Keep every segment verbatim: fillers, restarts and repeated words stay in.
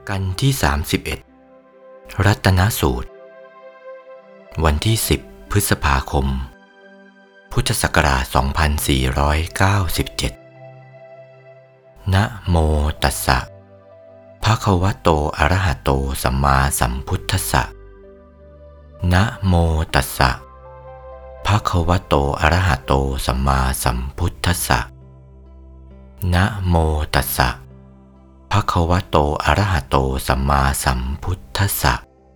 กันที่สามสิบเอ็ดรัตนสูตรวันที่สิบพฤษภาคมพุทธศักราชสองพันสี่ร้อยเก้าสิบเจ็ดนะโมตัสสะภะคะวะโตอะระหะโตสัมมาสัมพุทธัสสะนะโมตัสสะภะคะวะโตอะระหะโตสัมมาสัมพุทธัสสะนะโมตัสสะภะคะวะโตอะระหะโตสัมมาสัมพุทธัสสะ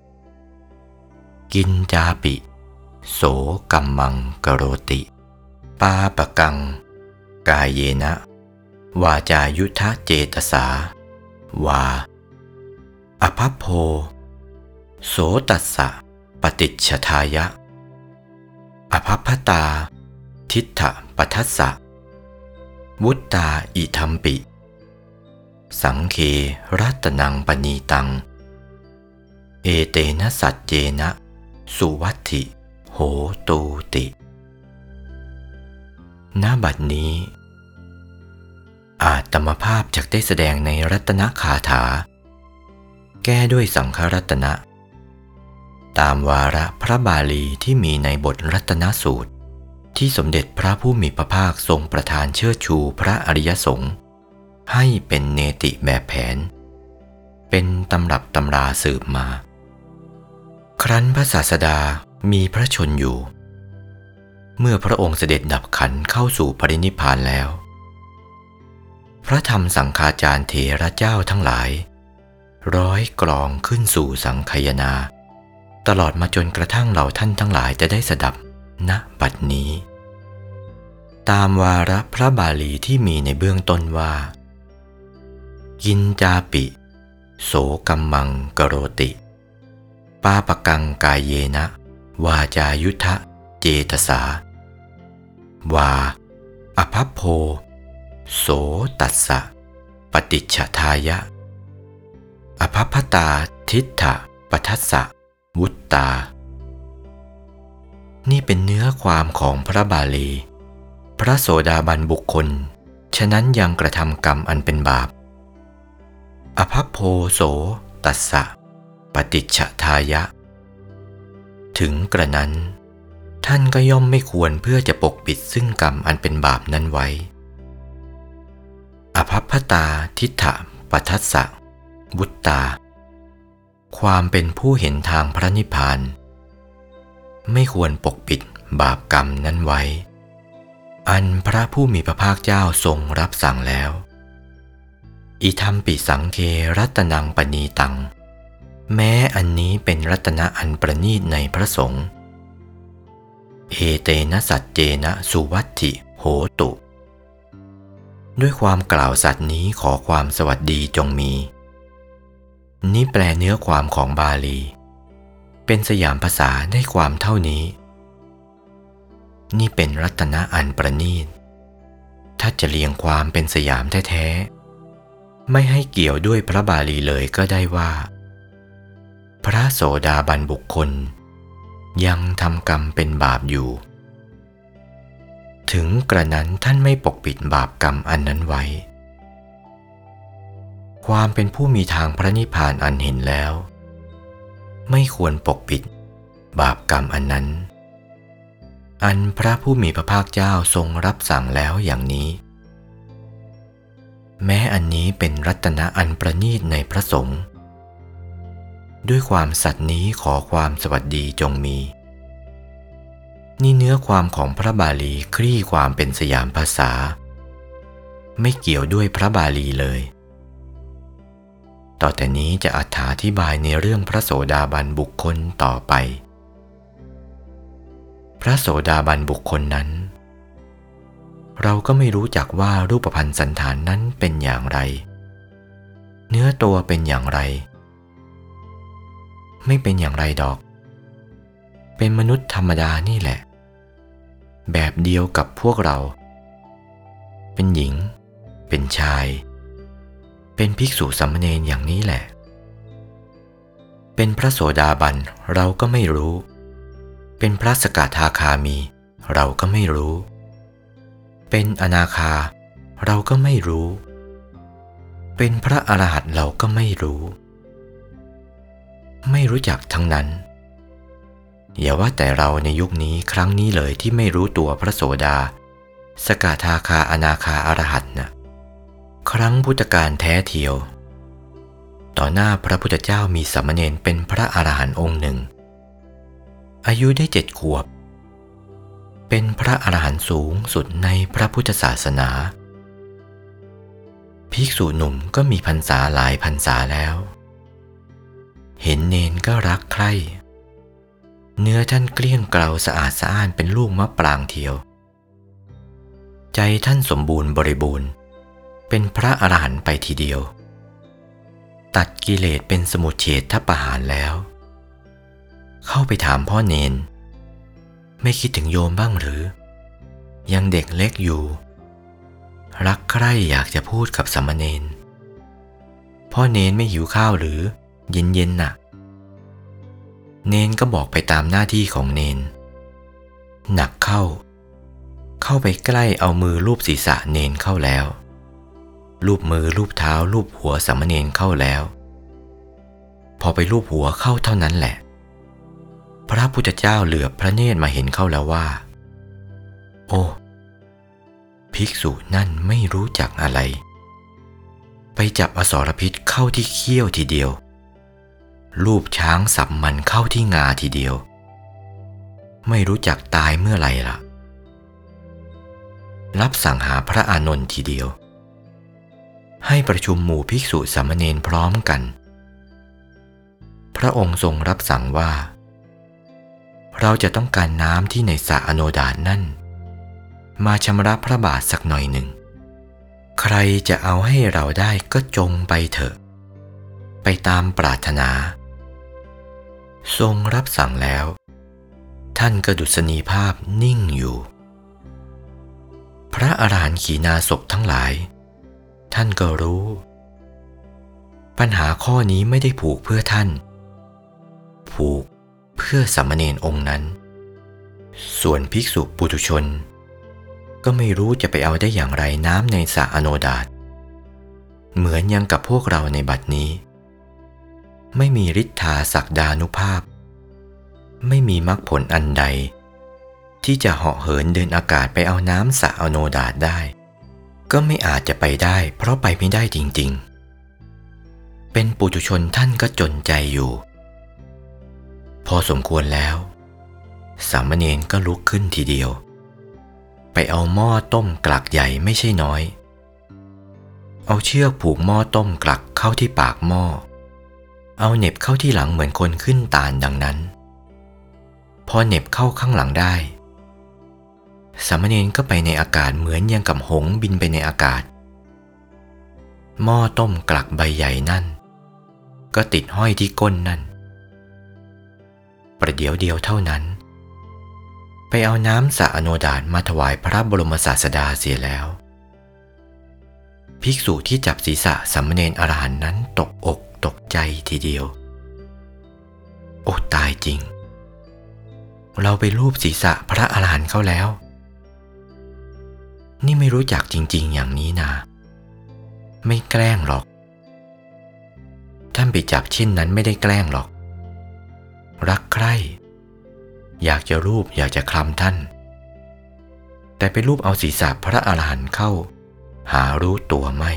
กินจาปิโสกัมมังกโรติปาปกังกายเยนะวาจายุทธเจตสาวาอภัพโพโสตัสสะปฏิจฉทายะอภัพพตาทิฏฐปัทัสสะวุตตาอิทัมปิสังเครัตนังปณีตังเอเตนะสัจเจนะสุวัตถิโหตูติณ บัดนี้อาตมภาพจักได้แสดงในรัตนคาถาแก้ด้วยสังฆรัตนะตามวาระพระบาลีที่มีในบทรัตนสูตรที่สมเด็จพระผู้มีพระภาคทรงประทานเชิดชูพระอริยสงฆ์ให้เป็นเนติแบบแผนเป็นตำรับตำราสืบมาครั้นพระศาสดามีพระชนอยู่เมื่อพระองค์เสด็จดับขันธ์เข้าสู่ปรินิพพานแล้วพระธรรมสังฆาจารย์เถระเจ้าทั้งหลายร้อยกลองขึ้นสู่สังคายนาตลอดมาจนกระทั่งเราท่านทั้งหลายจะได้สดับณ บัดนี้ตามวาระพระบาลีที่มีในเบื้องต้นว่ากินจาปิโสกัมมังกโรติปาปกังกายเยนะวาจายุทธเจตสาวาอภัพโพโสตัสสะปฏิจฉทายะอภัพพตาทิฏฐปัทัสสะวุตตานี่เป็นเนื้อความของพระบาลีพระโสดาบันบุคคลฉะนั้นยังกระทำกรรมอันเป็นบาปอภัพโพโสตัสสะปฏิจฉทายะถึงกระนั้นท่านก็ย่อมไม่ควรเพื่อจะปกปิดซึ่งกรรมอันเป็นบาปนั้นไว้อภัพพตาทิฏฐปัทัสสะวุตตาความเป็นผู้เห็นทางพระนิพพานไม่ควรปกปิดบาปกรรมนั้นไว้อันพระผู้มีพระภาคเจ้าทรงรับสั่งแล้วอิทัมปิสังเครัตนังปณีตังแม้อันนี้เป็นรัตนะอันประณีตในพระสงฆ์เอเตนะสัจเจนะสุวัตถิโหตุด้วยความกล่าวสัตย์นี้ขอความสวัสดีจงมีนี้แปลเนื้อความของบาลีเป็นสยามภาษาได้ความเท่านี้นี่เป็นรัตนะอันประณีตถ้าจะเรียงความเป็นสยามแท้ๆไม่ให้เกี่ยวด้วยพระบาลีเลยก็ได้ว่าพระโสดาบันบุคคลยังทำกรรมเป็นบาปอยู่ถึงกระนั้นท่านไม่ปกปิดบาปกรรมอันนั้นไว้ความเป็นผู้มีทางพระนิพพานอันเห็นแล้วไม่ควรปกปิดบาปกรรมอันนั้นอันพระผู้มีพระภาคเจ้าทรงรับสั่งแล้วอย่างนี้แม้อันนี้เป็นรัตนะอันประณีตในพระสงฆ์ด้วยความสัตย์นี้ขอความสวัสดีจงมีนี่เนื้อความของพระบาลีคลี่ความเป็นสยามภาษาไม่เกี่ยวด้วยพระบาลีเลยต่อแต่นี้จะอธิบายในเรื่องพระโสดาบันบุคคลต่อไปพระโสดาบันบุคคลนั้นเราก็ไม่รู้จักว่ารูปพรรณสันฐานนั้นเป็นอย่างไรเนื้อตัวเป็นอย่างไรไม่เป็นอย่างไรดอกเป็นมนุษย์ธรรมดานี่แหละแบบเดียวกับพวกเราเป็นหญิงเป็นชายเป็นภิกษุสามเณรอย่างนี้แหละเป็นพระโสดาบันเราก็ไม่รู้เป็นพระสกทาคามีเราก็ไม่รู้เป็นอนาคาเราก็ไม่รู้ เป็นพระอรหันต์เราก็ไม่รู้ไม่รู้จักทั้งนั้นอย่าว่าแต่เราในยุคนี้ครั้งนี้เลยที่ไม่รู้ตัวพระโสดาสกทาคาอนาคาอรหันต์นะครั้งพุทธกาลแท้เทียวต่อหน้าพระพุทธเจ้ามีสามเณรเป็นพระอรหันต์องค์หนึ่งอายุได้เจ็ดขวบเป็นพระอรหันต์สูงสุดในพระพุทธศาสนาภิกษุหนุ่มก็มีพรรษาหลายพรรษาแล้วเห็นเณรก็รักใคร่เนื้อท่านเกลี้ยงเกลาสะอาดสะอ้านเป็นลูกมะปรางเทียวใจท่านสมบูรณ์บริบูรณ์เป็นพระอรหันต์ไปทีเดียวตัดกิเลสเป็นสมุจเฉทประหารแล้วเข้าไปถามพ่อเณรไม่คิดถึงโยมบ้างหรือยังเด็กเล็กอยู่รักใคร่อยากจะพูดกับสามเณรพ่อเณรไม่หิวข้าวหรือเย็นๆน่ะเณรก็บอกไปตามหน้าที่ของเณรหนักเข้าเข้าไปใกล้เอามือลูบศีรษะเณรเข้าแล้วลูบมือลูบเท้าลูบหัวสามเณรเข้าแล้วพอไปลูบหัวเข้าเท่านั้นแหละพระพุทธเจ้าเหลือบพระเนตรมาเห็นเข้าแล้วว่าโอ้ภิกษุนั่นไม่รู้จักอะไรไปจับอสรพิษเข้าที่เขี้ยวทีเดียวลูบช้างสับมันเข้าที่งาทีเดียวไม่รู้จักตายเมื่อไหร่ล่ะรับสั่งหาพระอานนท์ทีเดียวให้ประชุมหมู่ภิกษุสามเณรพร้อมกันพระองค์ทรงรับสั่งว่าเราจะต้องการน้ำที่ในสระอโนดาตนั่นมาชำระพระบาทสักหน่อยหนึ่งใครจะเอาให้เราได้ก็จงไปเถอะไปตามปรารถนาทรงรับสั่งแล้วท่านก็ดุษณีภาพนิ่งอยู่พระอรหันต์ขีณาสพทั้งหลายท่านก็รู้ปัญหาข้อนี้ไม่ได้ผูกเพื่อท่านผูกเพื่อสามเณรองค์นั้นส่วนภิกษุปุถุชนก็ไม่รู้จะไปเอาได้อย่างไรน้ำในสระอโนดาตเหมือนยังกับพวกเราในบัดนี้ไม่มีฤทธาศักดานุภาพไม่มีมรรคผลอันใดที่จะเหาะเหินเดินอากาศไปเอาน้ำสระอโนดาตได้ก็ไม่อาจจะไปได้เพราะไปไม่ได้จริงๆเป็นปุถุชนท่านก็จนใจอยู่พอสมควรแล้วสามเณรก็ลุกขึ้นทีเดียวไปเอาหม้อต้มกลักใหญ่ไม่ใช่น้อยเอาเชือกผูกหม้อต้มกลักเข้าที่ปากหม้อเอาเหน็บเข้าที่หลังเหมือนคนขึ้นตาลดังนั้นพอเหน็บเข้าข้างหลังได้สามเณรก็ไปในอากาศเหมือนยังกับหงส์บินไปในอากาศหม้อต้มกลักใบใหญ่นั่นก็ติดห้อยที่ก้นนั่นประเดี๋ยวเดียวเท่านั้นไปเอาน้ำสระอโนดาตมาถวายพระบรมศาสดาเสียแล้วภิกษุที่จับศีรษะสามเณรอรหันต์นั้นตกอกตกใจทีเดียวโอ้ตายจริงเราไปลูบศีรษะพระอรหันต์เขาแล้วนี่ไม่รู้จักจริงๆอย่างนี้นะไม่แกล้งหรอกท่านไปจับเช่นนั้นไม่ได้แกล้งหรอกรักใคร่อยากจะรูปอยากจะคลำท่านแต่ไปรูปเอาศีรษะพระอรหันต์เข้าหารู้ตัวไม่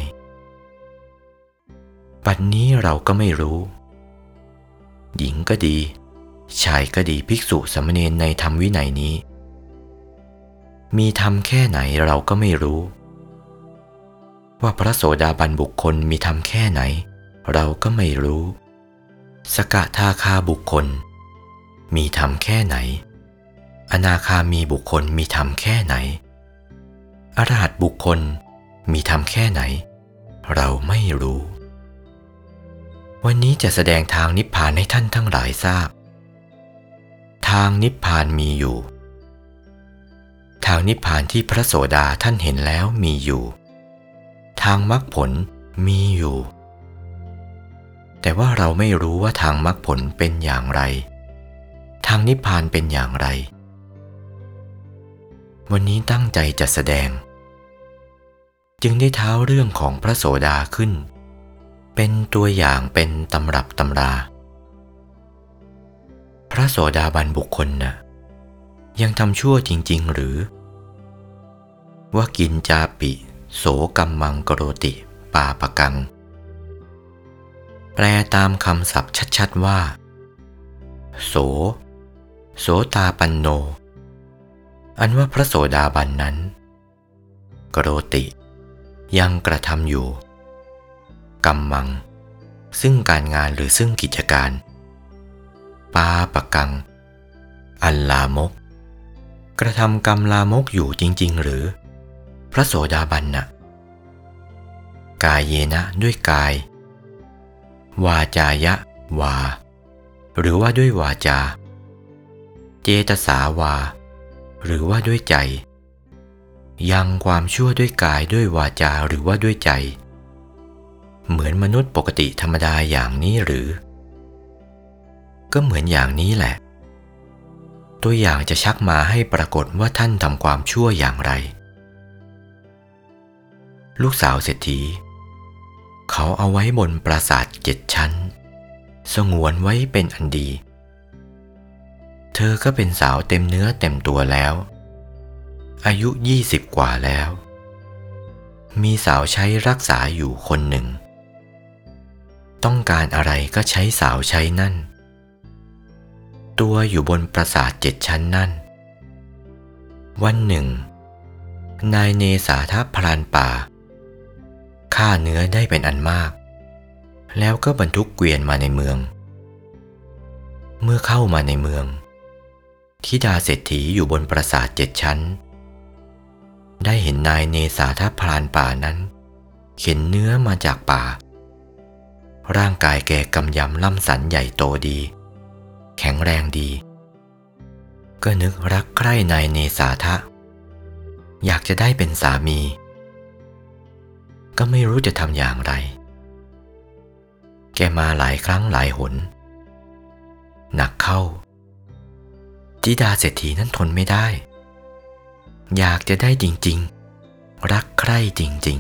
ปัจจุบันนี้เราก็ไม่รู้หญิงก็ดีชายก็ดีภิกษุสามเณรในธรรมวินัยนี้มีธรรมแค่ไหนเราก็ไม่รู้ว่าพระโสดาบันบุคคลมีธรรมแค่ไหนเราก็ไม่รู้สกทาคาบุคคลมีธรรมแค่ไหนอนาคามีบุคคลมีธรรมแค่ไหนอรหัตบุคคลมีธรรมแค่ไหนเราไม่รู้วันนี้จะแสดงทางนิพพานให้ท่านทั้งหลายทราบทางนิพพานมีอยู่ทางนิพพานที่พระโสดาท่านเห็นแล้วมีอยู่ทางมรรคผลมีอยู่แต่ว่าเราไม่รู้ว่าทางมรรคผลเป็นอย่างไรทางนิพพานเป็นอย่างไรวันนี้ตั้งใจจะแสดงจึงได้เท้าเรื่องของพระโสดาขึ้นเป็นตัวอย่างเป็นตำรับตำราพระโสดาบันบุคคลน่ะยังทำชั่วจริงๆหรือว่ากินจาปิโสกัมมังกโรติปาปกังแปลตามคำศัพท์ชัดๆว่าโสโสตาปันโนอันว่าพระโสดาบันนั้นกโรติยังกระทำอยู่กัมมังซึ่งการงานหรือซึ่งกิจการปาปกังอันลามกกระทำกรรมลามกอยู่จริงๆหรือพระโสดาบันน่ะกายเยนะด้วยกายวาจายะวาหรือว่าด้วยวาจาเจตสาวาหรือว่าด้วยใจยังความชั่วด้วยกายด้วยวาจาหรือว่าด้วยใจเหมือนมนุษย์ปกติธรรมดาอย่างนี้หรือก็เหมือนอย่างนี้แหละตัวอย่างจะชักมาให้ปรากฏว่าท่านทำความชั่วอย่างไรลูกสาวเศรษฐีเขาเอาไว้บนปราสาทเจ็ดชั้นสงวนไว้เป็นอันดีเธอก็เป็นสาวเต็มเนื้อเต็มตัวแล้วอายุยี่สิบกว่าแล้วมีสาวใช้รักษาอยู่คนหนึ่งต้องการอะไรก็ใช้สาวใช้นั่นตัวอยู่บนปราสาทเจ็ดชั้นนั่นวันหนึ่งนายเนสาทพรานป่าฆ่าเนื้อได้เป็นอันมากแล้วก็บรรทุกเกวียนมาในเมืองเมื่อเข้ามาในเมืองธิดาเศรษฐีอยู่บนปราสาทเจ็ดชั้นได้เห็นนายเนสาทพรานป่านั้นเข็นเนื้อมาจากป่าร่างกายแกกำยำล่ำสันใหญ่โตดีแข็งแรงดีก็นึกรักใคร่นายเนสาทะอยากจะได้เป็นสามีก็ไม่รู้จะทำอย่างไรแกมาหลายครั้งหลายหนหนักเข้าธิดาเศรษฐีนั้นทนไม่ได้อยากจะได้จริงๆรักใคร่จริง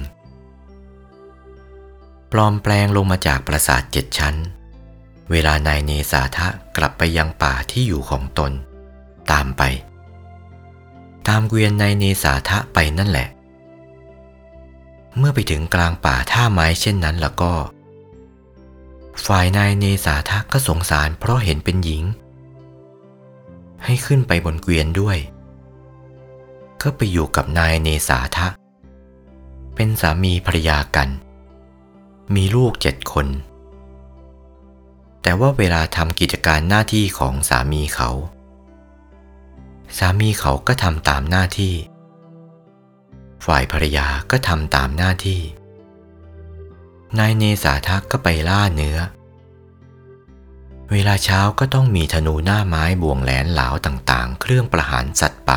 ๆปลอมแปลงลงมาจากปราสาทเจ็ดชั้นเวลานายเนสาทะกลับไปยังป่าที่อยู่ของตนตามไปตามเกวียนนายเนสาทะไปนั่นแหละเมื่อไปถึงกลางป่าท่าไม้เช่นนั้นแล้วก็ฝ่ายนายเนสาทะก็สงสารเพราะเห็นเป็นหญิงให้ขึ้นไปบนเกวียนด้วยก็ไปอยู่กับนายเนสาทะเป็นสามีภรรยากันมีลูกเจ็ดคนแต่ว่าเวลาทำกิจการหน้าที่ของสามีเขาสามีเขาก็ทำตามหน้าที่ฝ่ายภรรยาก็ทำตามหน้าที่นายเนสาทะก็ไปล่าเนื้อเวลาเช้าก็ต้องมีธนูหน้าไม้บ่วงแหลนเหลาต่างๆเครื่องประหารสัตว์ป่า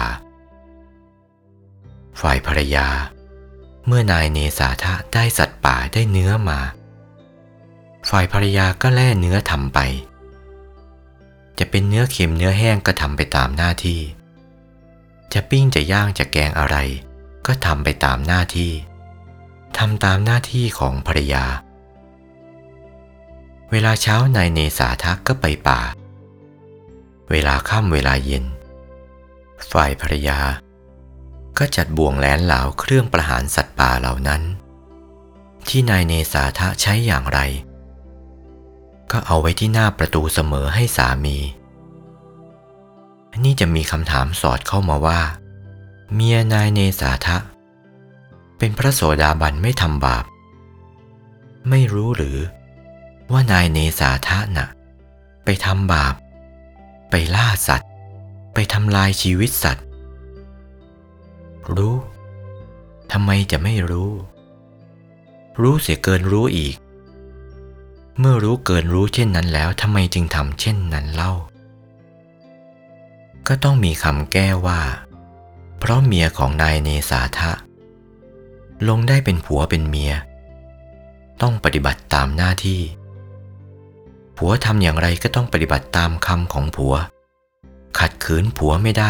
ฝ่ายภรรยาเมื่อนายเนสาทะได้สัตว์ป่าได้เนื้อมาฝ่ายภรรยาก็แล่เนื้อทำไปจะเป็นเนื้อเค็มเนื้อแห้งก็ทำไปตามหน้าที่จะปิ้งจะย่างจะแกงอะไรก็ทำไปตามหน้าที่ทำตามหน้าที่ของภรรยาเวลาเช้านายเนสาทะก็ไปป่าเวลาค่ำเวลาเย็นฝ่ายภรรยาก็จัดบ่วงแหลนเหลาเครื่องประหารสัตว์ป่าเหล่านั้นที่นายเนสาทะใช้อย่างไรก็เอาไว้ที่หน้าประตูเสมอให้สามีนี่จะมีคำถามสอดเข้ามาว่าเมียนายเนสาทะเป็นพระโสดาบันไม่ทำบาปไม่รู้หรือว่านายเนสาทะน่ะไปทำบาปไปล่าสัตว์ไปทำลายชีวิตสัตว์รู้ทำไมจะไม่รู้รู้เสียเกินรู้อีกเมื่อรู้เกินรู้เช่นนั้นแล้วทำไมจึงทำเช่นนั้นเล่าก็ต้องมีคำแก้ว่าเพราะเมียของนายเนสาทะลงได้เป็นผัวเป็นเมียต้องปฏิบัติตามหน้าที่ผัวทำอย่างไรก็ต้องปฏิบัติตามคำของผัวขัดขืนผัวไม่ได้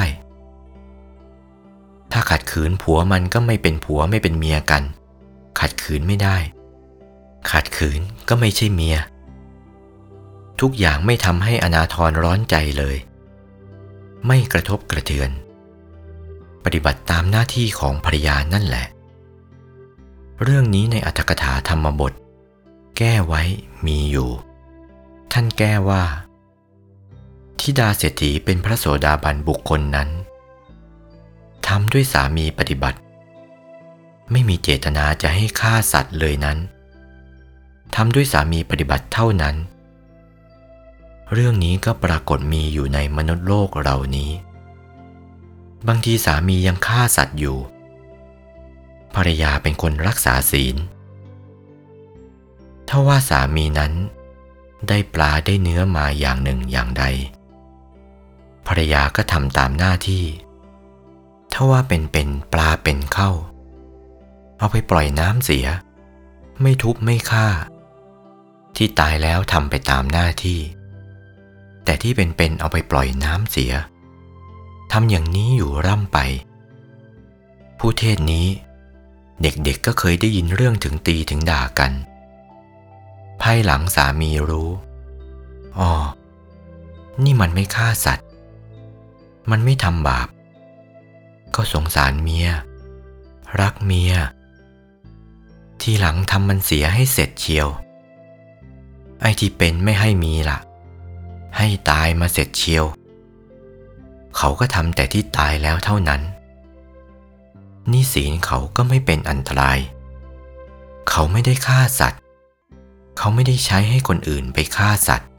ถ้าขัดขืนผัวมันก็ไม่เป็นผัวไม่เป็นเมียกันขัดขืนไม่ได้ขัดขืนก็ไม่ใช่เมียทุกอย่างไม่ทำให้อนาธรร้อนใจเลยไม่กระทบกระเทือนปฏิบัติตามหน้าที่ของภรรยานั่นแหละเรื่องนี้ในอรรถกถาธรรมบทแก้ไว้มีอยู่ท่านแก้ว่าธิดาเศรษฐีเป็นพระโสดาบันบุคคลนั้นทำด้วยสามีปฏิบัติไม่มีเจตนาจะให้ฆ่าสัตว์เลยนั้นทำด้วยสามีปฏิบัติเท่านั้นเรื่องนี้ก็ปรากฏมีอยู่ในมนุษย์โลกเรานี้บางทีสามียังฆ่าสัตว์อยู่ภรรยาเป็นคนรักษาศีลถ้าว่าสามีนั้นได้ปลาได้เนื้อมาอย่างหนึ่งอย่างใดภรรยาก็ทำตามหน้าที่ถ้าว่าเป็นเป็นปลาเป็นเข้าเอาไปปล่อยน้ำเสียไม่ทุบไม่ฆ่าที่ตายแล้วทำไปตามหน้าที่แต่ที่เป็นเป็นเอาไปปล่อยน้ำเสียทำอย่างนี้อยู่ร่ำไปผู้เทศนี้เด็กๆ ก็เคยได้ยินเรื่องถึงตีถึงด่ากันภายหลังสามีรู้อ๋อนี่มันไม่ฆ่าสัตว์มันไม่ทำบาปก็สงสารเมียรักเมียทีหลังทำมันเสียให้เสร็จเชียวไอ้ที่เป็นไม่ให้มีล่ะให้ตายมาเสร็จเชียวเขาก็ทำแต่ที่ตายแล้วเท่านั้นนี่ศีลเขาก็ไม่เป็นอันตรายเขาไม่ได้ฆ่าสัตว์เขาไม่ได้ใช้ให้คนอื่นไปฆ่าสัตว์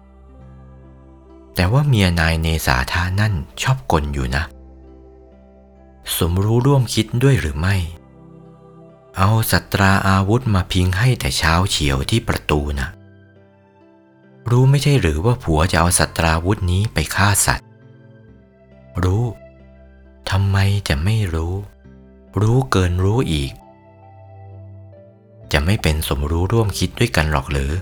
แต่ว่าเมียนายเนสาธานั่นชอบกลอยู่นะสมรู้ร่วมคิดด้วยหรือไม่เอาสัตราอาวุธมาพิงให้แต่เช้าเฉียวที่ประตูนะรู้ไม่ใช่หรือว่าผัวจะเอาสัตราวุธนี้ไปฆ่าสัตว์รู้ทำไมจะไม่รู้รู้เกินรู้อีกจะไม่เป็นสมรู้ร่วมคิดด้วยกันหรอกหรือ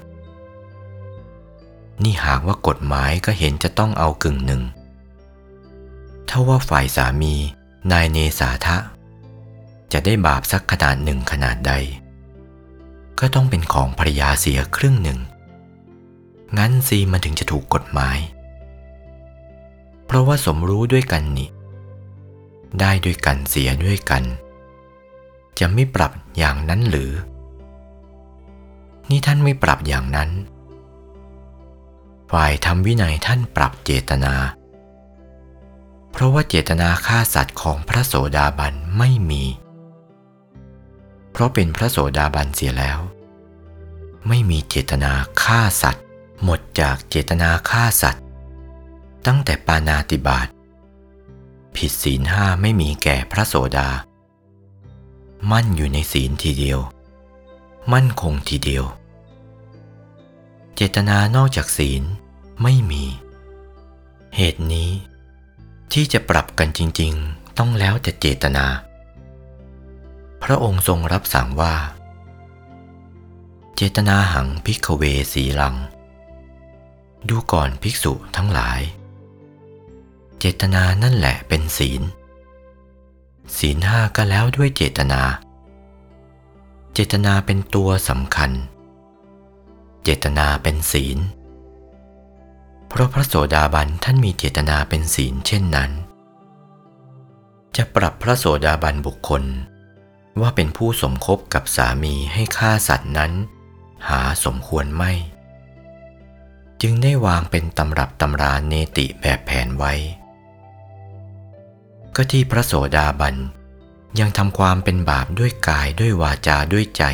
นี่หากว่ากฎหมายก็เห็นจะต้องเอากึ่งหนึ่งถ้าว่าฝ่ายสามีนายเนสาทะจะได้บาปสักขนาดหนึ่งขนาดใดก็ต้องเป็นของภรรยาเสียครึ่งหนึ่งงั้นสิมันถึงจะถูกกฎหมายเพราะว่าสมรู้ด้วยกันนี่ได้ด้วยกันเสียด้วยกันจะไม่ปรับอย่างนั้นหรือนี่ท่านไม่ปรับอย่างนั้นฝ่ายธรรมวินัยท่านปรับเจตนาเพราะว่าเจตนาฆ่าสัตว์ของพระโสดาบันไม่มีเพราะเป็นพระโสดาบันเสียแล้วไม่มีเจตนาฆ่าสัตว์หมดจากเจตนาฆ่าสัตว์ตั้งแต่ปาณาติบาตผิดศีลห้าไม่มีแก่พระโสดามั่นอยู่ในศีลทีเดียวมั่นคงทีเดียวเจตนานอกจากศีลไม่มีเหตุนี้ที่จะปรับกันจริงๆต้องแล้วแต่เจตนาพระองค์ทรงรับสั่งว่าเจตนาหังภิกขเวสีลังดูก่อนภิกษุทั้งหลายเจตนานั่นแหละเป็นศีลศีลห้าก็แล้วด้วยเจตนาเจตนาเป็นตัวสำคัญเจตนาเป็นศีลเพราะพระโสดาบันท่านมีเจตนาเป็นศีลเช่นนั้นจะปรับพระโสดาบันบุคคลว่าเป็นผู้สมคบกับสามีให้ฆ่าสัตว์นั้นหาสมควรไม่จึงได้วางเป็นตำรับตำราเนติแบบแผนไว้ก็ที่พระโสดาบันยังทำความเป็นบาปด้วยกายด้วยวาจาด้วยใจ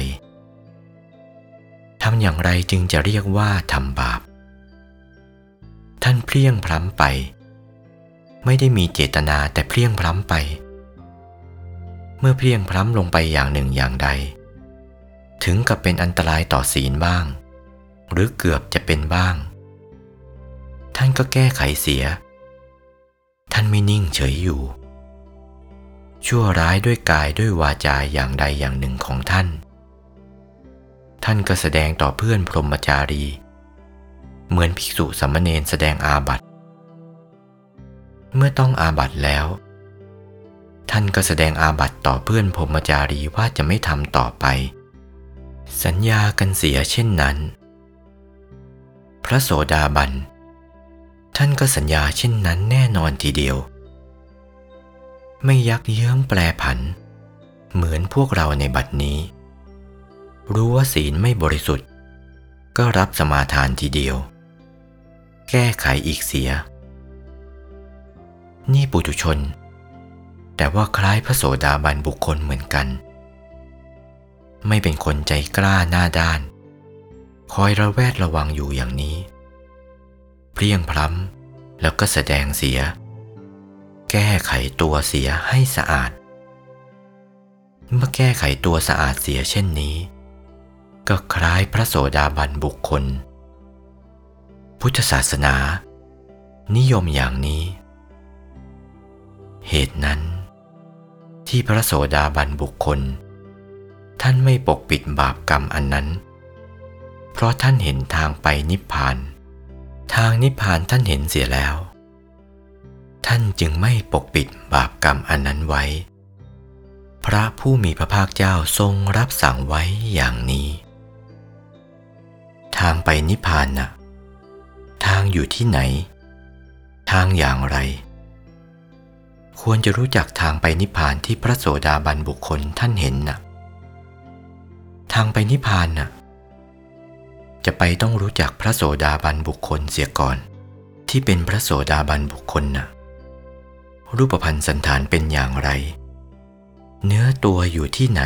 ทำอย่างไรจึงจะเรียกว่าทำบาปท่านเพลียงพล้ำไปไม่ได้มีเจตนาแต่เพลียงพล้ำไปเมื่อเพลียงพล้ำลงไปอย่างหนึ่งอย่างใดถึงกับเป็นอันตรายต่อศีลบ้างหรือเกือบจะเป็นบ้างท่านก็แก้ไขเสียท่านไม่นิ่งเฉยอยู่ชั่วร้ายด้วยกายด้วยวาจาอย่างใดอย่างหนึ่งของท่านท่านก็แสดงต่อเพื่อนพรหมจารีเหมือนภิกษุสามเณรแสดงอาบัติ เมื่อต้องอาบัติแล้วท่านก็แสดงอาบัติต่อเพื่อนพรหมจารีว่าจะไม่ทำต่อไปสัญญากันเสียเช่นนั้นพระโสดาบันท่านก็สัญญาเช่นนั้นแน่นอนทีเดียวไม่ยักเยื้องแปรผันเหมือนพวกเราในบัดนี้รู้ว่าศีลไม่บริสุทธิ์ก็รับสมาทานทีเดียวแก้ไขอีกเสียนี่ปุถุชนแต่ว่าคล้ายพระโสดาบันบุคคลเหมือนกันไม่เป็นคนใจกล้าหน้าด้านคอยระแวดระวังอยู่อย่างนี้เพลียงพล้ำแล้วก็แสดงเสียแก้ไขตัวเสียให้สะอาดเมื่อแก้ไขตัวสะอาดเสียเช่นนี้ก็คล้ายพระโสดาบันบุคคลพุทธศาสนานิยมอย่างนี้เหตุนั้นที่พระโสดาบันบุคคลท่านไม่ปกปิดบาปกรรมอันนั้นเพราะท่านเห็นทางไปนิพพานทางนิพพานท่านเห็นเสียแล้วท่านจึงไม่ปกปิดบาปกรรมอันนั้นไว้พระผู้มีพระภาคเจ้าทรงรับสั่งไว้อย่างนี้ทางไปนิพพานน่ะทางอยู่ที่ไหนทางอย่างไรควรจะรู้จักทางไปนิพพานที่พระโสดาบันบุคคลท่านเห็นน่ะทางไปนิพพานน่ะจะไปต้องรู้จักพระโสดาบันบุคคลเสียก่อนที่เป็นพระโสดาบันบุคคลน่ะรูปพรรณสันฐานเป็นอย่างไรเนื้อตัวอยู่ที่ไหน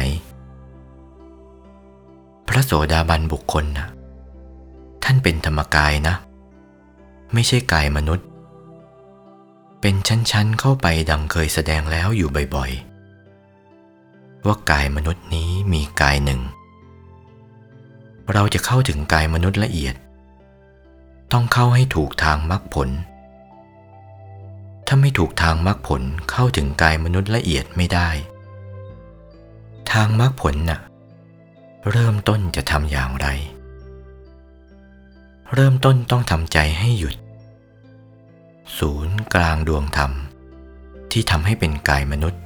พระโสดาบันบุคคลน่ะท่านเป็นธรรมกายนะไม่ใช่กายมนุษย์เป็นชั้นๆเข้าไปดังเคยแสดงแล้วอยู่บ่อยๆว่ากายมนุษย์นี้มีกายหนึ่งเราจะเข้าถึงกายมนุษย์ละเอียดต้องเข้าให้ถูกทางมรรคผลถ้าไม่ถูกทางมรรคผลเข้าถึงกายมนุษย์ละเอียดไม่ได้ทางมรรคผลน่ะเริ่มต้นจะทำอย่างไรเริ่มต้นต้องทำใจให้หยุดศูนย์กลางดวงธรรมที่ทำให้เป็นกายมนุษย์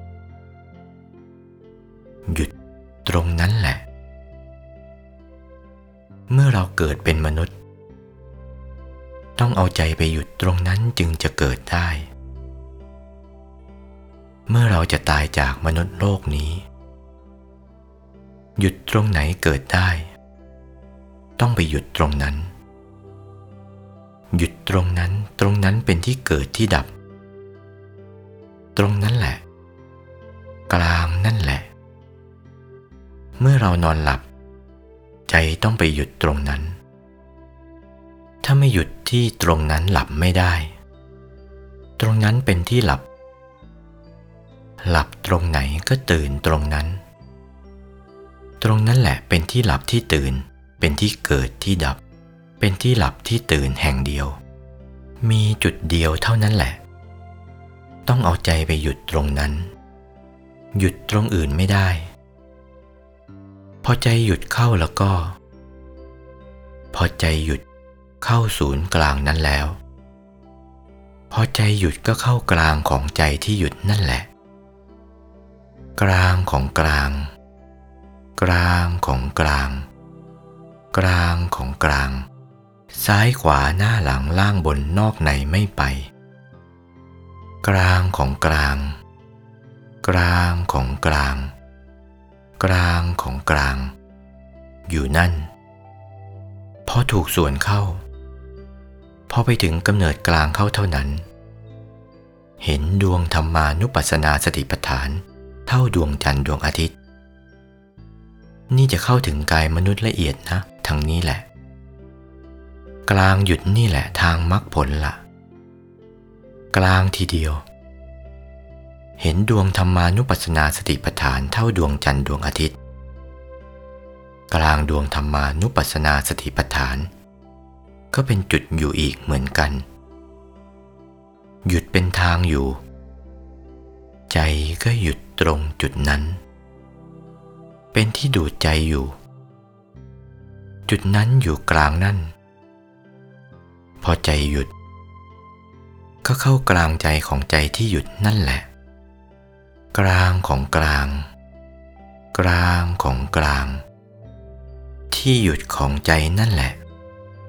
หยุดตรงนั้นแหละเมื่อเราเกิดเป็นมนุษย์ต้องเอาใจไปหยุดตรงนั้นจึงจะเกิดได้เมื่อเราจะตายจากมนุษย์โลกนี้หยุดตรงไหนเกิดได้ต้องไปหยุดตรงนั้นหยุดตรงนั้นตรงนั้นเป็นที่เกิดที่ดับตรงนั้นแหละกลางนั่นแหละเมื่อเรานอนหลับใจต้องไปหยุดตรงนั้นถ้าไม่หยุดที่ตรงนั้นหลับไม่ได้ตรงนั้นเป็นที่หลับหลับตรงไหนก็ตื่นตรงนั้นตรงนั้นแหละเป็นที่หลับที่ตื่นเป็นที่เกิดที่ดับเป็นที่หลับที่ตื่นแห่งเดียวมีจุดเดียวเท่านั้นแหละต้องเอาใจไปหยุดตรงนั้นหยุดตรงอื่นไม่ได้พอใจหยุดเข้าแล้วก็พอใจหยุดเข้าศูนย์กลางนั้นแล้วพอใจหยุดก็เข้ากลางของใจที่หยุดนั่นแหละกลางของกลางกลางของกลางกลางของกลางซ้ายขวาหน้าหลังล่างบนนอกในไม่ไปกลางของกลางกลางของกลางกลางของกลางอยู่นั่นพอถูกส่วนเข้าพอไปถึงกำเนิดกลางเข้าเท่านั้นเห็นดวงธรรมานุปัสสนาสติปัฏฐานเท่าดวงจันทร์ดวงอาทิตย์นี่จะเข้าถึงกายมนุษย์ละเอียดนะทางนี้แหละกลางหยุดนี่แหละทางมรรคผลละกลางทีเดียวเห็นดวงธรรมานุปัสสนาสติปัฏฐานเท่าดวงจันทร์ดวงอาทิตย์กลางดวงธรรมานุปัสสนาสติปัฏฐานก็เป็นจุดอยู่อีกเหมือนกันหยุดเป็นทางอยู่ใจก็หยุดตรงจุดนั้นเป็นที่ดูดใจอยู่จุดนั้นอยู่กลางนั่นพอใจหยุดก็เข้ากลางใจของใจที่หยุดนั่นแหละกลางของกลางกลางของกลางที่หยุดของใจนั่นแหละ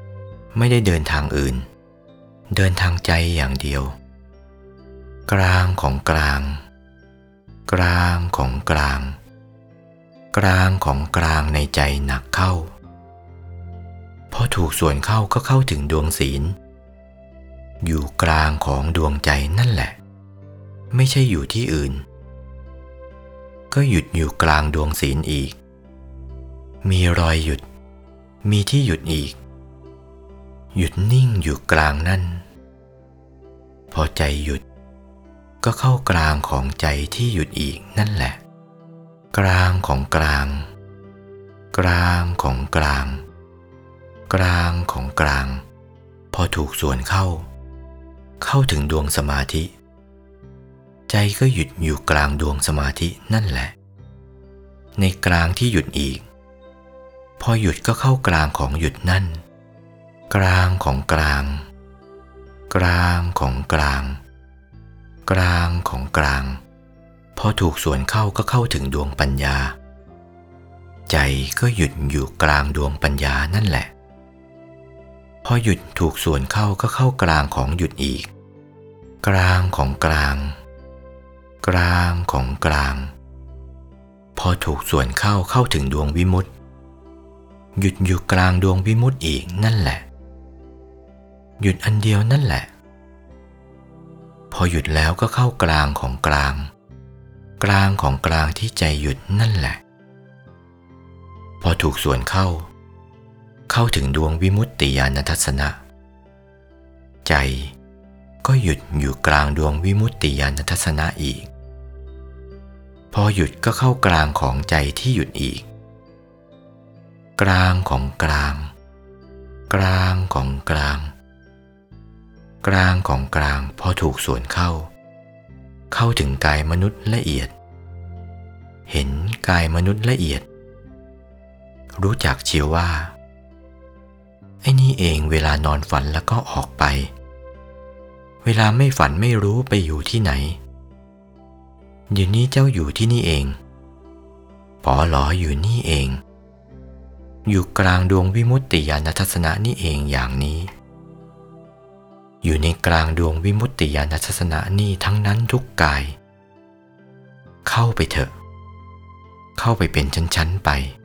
ไม่ได้เดินทางอื่นเดินทางใจอย่างเดียวกลางของกลางกลางของกลางกลางของกลางในใจหนักเข้าพอถูกส่วนเข้าก็เข้าถึงดวงศีลอยู่กลางของดวงใจนั่นแหละไม่ใช่อยู่ที่อื่นก็หยุดอยู่กลางดวงศีลอีกมีรอยหยุดมีที่หยุดอีกหยุดนิ่งอยู่กลางนั่นพอใจหยุดก็เข้ากลางของใจที่หยุดอีกนั่นแหละกลางของกลางกลางของกลางกลางของกลางพอถูกส่วนเข้าเข้าถึงดวงสมาธิใจก็หยุดอยู่กลางดวงสมาธินั่นแหละในกลางที่หยุดอีกพอหยุดก็เข้ากลางของหยุดนั่นกลางของกลางกลางของกลางกลางของกลางพอถูกส่วนเข้าก็เข้าถึงดวงปัญญาใจก็หยุดอยู่กลางดวงปัญญานั่นแหละพอหยุดถูกส่วนเข้าก็เข้ากลางของหยุดอีกกลางของกลางกลางของกลางพอถูกส่วนเข้าเข้าถึงดวงวิมุตติหยุดอยู่กลางดวงวิมุตติอีกนั่นแหละหยุดอันเดียวนั่นแหละพอหยุดแล้วก็เข้ากลางของกลางกลางของกลางที่ใจหยุดนั่นแหละพอถูกส่วนเข้าเข้าถึงดวงวิมุตติญาณทัศนะใจก็หยุดอยู่กลางดวงวิมุตติญาณทัศนะอีกพอหยุดก็เข้ากลางของใจที่หยุดอีกกลางของกลางกลางของกลางกลางของกลางพอถูกส่วนเข้าเข้าถึงกายมนุษย์ละเอียดเห็นกายมนุษย์ละเอียดรู้จักเชียวว่าไอ้นี่เองเวลานอนฝันแล้วก็ออกไปเวลาไม่ฝันไม่รู้ไปอยู่ที่ไหนเดี๋ยวนี้เจ้าอยู่ที่นี่เองป๋อหลออยู่นี่เองอยู่กลางดวงวิมุตติญาณทัศนะนี่เองอย่างนี้อยู่ในกลางดวงวิมุตติญาณทัศนะนี่ทั้งนั้นทุกกายเข้าไปเถอะเข้าไปเป็นชั้นๆไป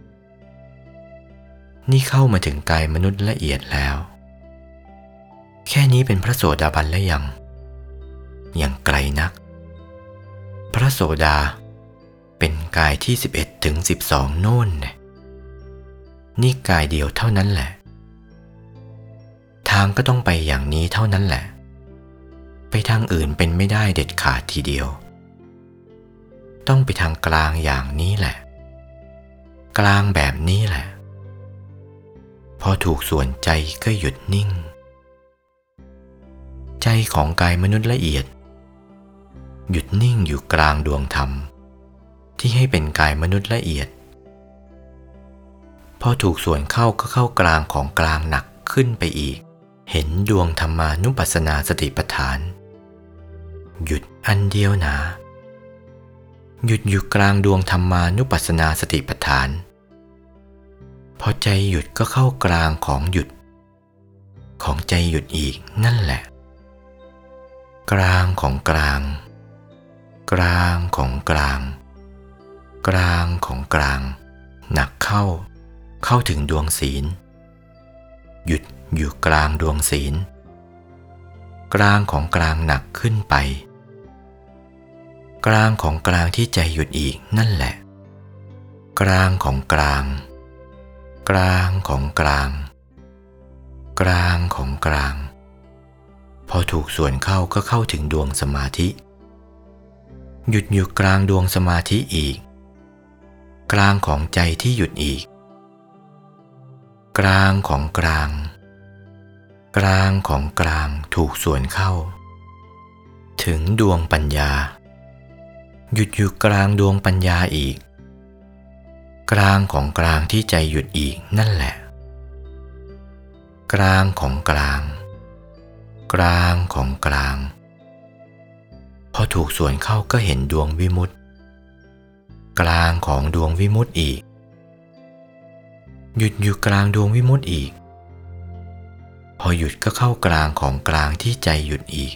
นี่เข้ามาถึงกายมนุษย์ละเอียดแล้วแค่นี้เป็นพระโสดาบันแล้วยังยังไกลนักพระโสดาเป็นกายที่สิบเอ็ดถึงสิบสองโน่นนี่กายเดียวเท่านั้นแหละทางก็ต้องไปอย่างนี้เท่านั้นแหละไปทางอื่นเป็นไม่ได้เด็ดขาดทีเดียวต้องไปทางกลางอย่างนี้แหละกลางแบบนี้แหละพอถูกส่วนใจก็หยุดนิ่งใจของกายมนุษย์ละเอียดหยุดนิ่งอยู่กลางดวงธรรมที่ให้เป็นกายมนุษย์ละเอียดพอถูกส่วนเข้าก็เข้ากลางของกลางหนักขึ้นไปอีกเห็นดวงธรรมานุปัสสนาสติปัฏฐานหยุดอันเดียวหนาหยุดอยู่กลางดวงธรรมานุปัสสนาสติปัฏฐานพอใจหยุดก็เข้ากลางของหยุดของใจหยุดอีกนั่นแหละกลางของกลางกลางของกลางกลางของกลางหนักเข้าเข้าถึงดวงศีลหยุดอยู่กลางดวงศีลกลางของกลางหนักขึ้นไปกลางของกลางที่ใจหยุดอีกนั่นแหละกลางของกลางกลางของกลางกลางของกลางพอถูกส่วนเข้าก็เข้าถึงดวงสมาธิหยุดอยู่กลางดวงสมาธิอีกกลางของใจที่หยุดอีกกลางของกลางกลางของกลางถูกส่วนเข้าถึงดวงปัญญาหยุดอยู่กลางดวงปัญญาอีกกลางของกลางที่ใจหยุดอีกนั่นแหละกลางของกลางกลางของกลางพอถูกส่วนเข้าก็เห็นดวงวิมุตติกลางของดวงวิมุตติอีกหยุดอยู่กลางดวงวิมุตติอีกพออหยุดก็เข้ากลางของกลางที่ใจหยุดอีก